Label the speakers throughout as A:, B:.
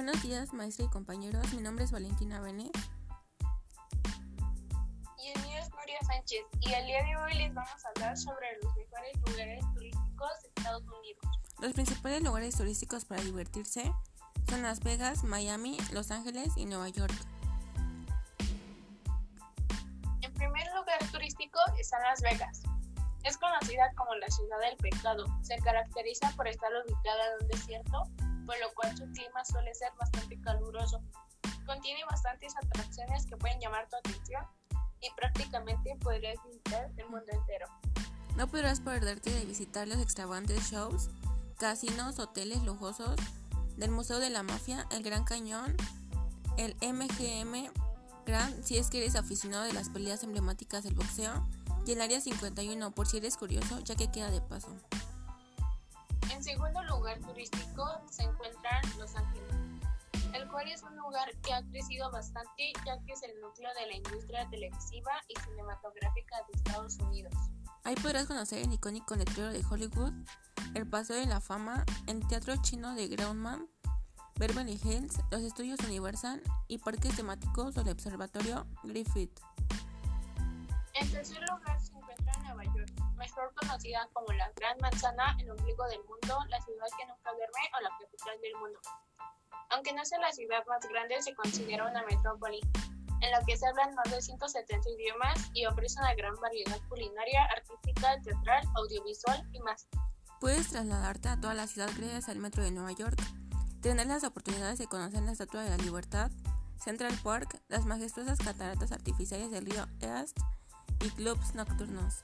A: Buenos días, maestra y compañeros. Mi nombre es Valentina Benet.
B: Y el mío es Nuria Sánchez. Y el día de hoy les vamos a hablar sobre los mejores lugares turísticos de Estados Unidos.
A: Los principales lugares turísticos para divertirse son Las Vegas, Miami, Los Ángeles y Nueva York.
B: En primer lugar turístico está Las Vegas. Es conocida como la ciudad del pecado. Se caracteriza por estar ubicada en un desierto, por lo cual su clima suele ser bastante caluroso. Contiene bastantes atracciones que pueden llamar tu atención y prácticamente podrías visitar el mundo entero.
A: No podrás perderte de visitar los extravagantes shows, casinos, hoteles lujosos del Museo de la Mafia, el Gran Cañón, el MGM Grand si es que eres aficionado de las peleas emblemáticas del boxeo, y el Área 51 por si eres curioso, ya que queda de paso.
B: En segundo lugar turístico se encuentra Los Ángeles, el cual es un lugar que ha crecido bastante ya que es el núcleo de la industria televisiva y cinematográfica de Estados Unidos.
A: Ahí podrás conocer el icónico letrero de Hollywood, el Paseo de la Fama, el Teatro Chino de Grauman, Beverly Hills, los estudios Universal y parques temáticos del Observatorio Griffith.
B: En tercer lugar se encuentra Nueva York, mejor conocida como la Gran Manzana, el ombligo del mundo, la ciudad que nunca duerme o la capital del mundo. Aunque no sea la ciudad más grande, se considera una metrópoli, en la que se hablan más de 170 idiomas y ofrece una gran variedad culinaria, artística, teatral, audiovisual y más.
A: Puedes trasladarte a toda la ciudad gracias al metro de Nueva York, tener las oportunidades de conocer la Estatua de la Libertad, Central Park, las majestuosas cataratas artificiales del río East y clubs nocturnos.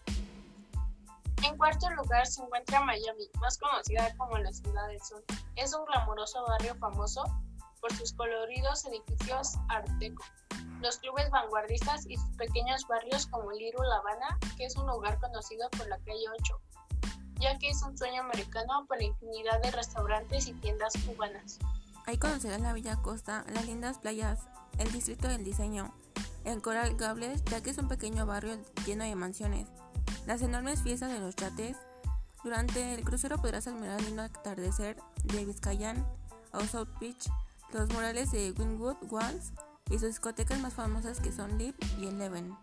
B: En cuarto lugar se encuentra Miami, más conocida como la Ciudad del Sol. Es un glamuroso barrio famoso por sus coloridos edificios Art Deco, los clubes vanguardistas y sus pequeños barrios como Little Havana, que es un lugar conocido por la calle 8, ya que es un sueño americano por la infinidad de restaurantes y tiendas cubanas.
A: Ahí conocerás la bella costa, las lindas playas, el distrito del diseño, el Coral Gables, ya que es un pequeño barrio lleno de mansiones, las enormes fiestas de los yates. Durante el crucero podrás admirar el lindo atardecer de Biscayne o South Beach, los murales de Wynwood Walls y sus discotecas más famosas que son Live y Eleven.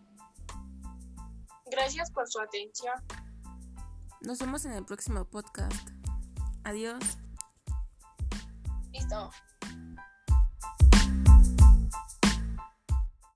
B: Gracias por su atención.
A: Nos vemos en el próximo podcast. Adiós.
B: Listo.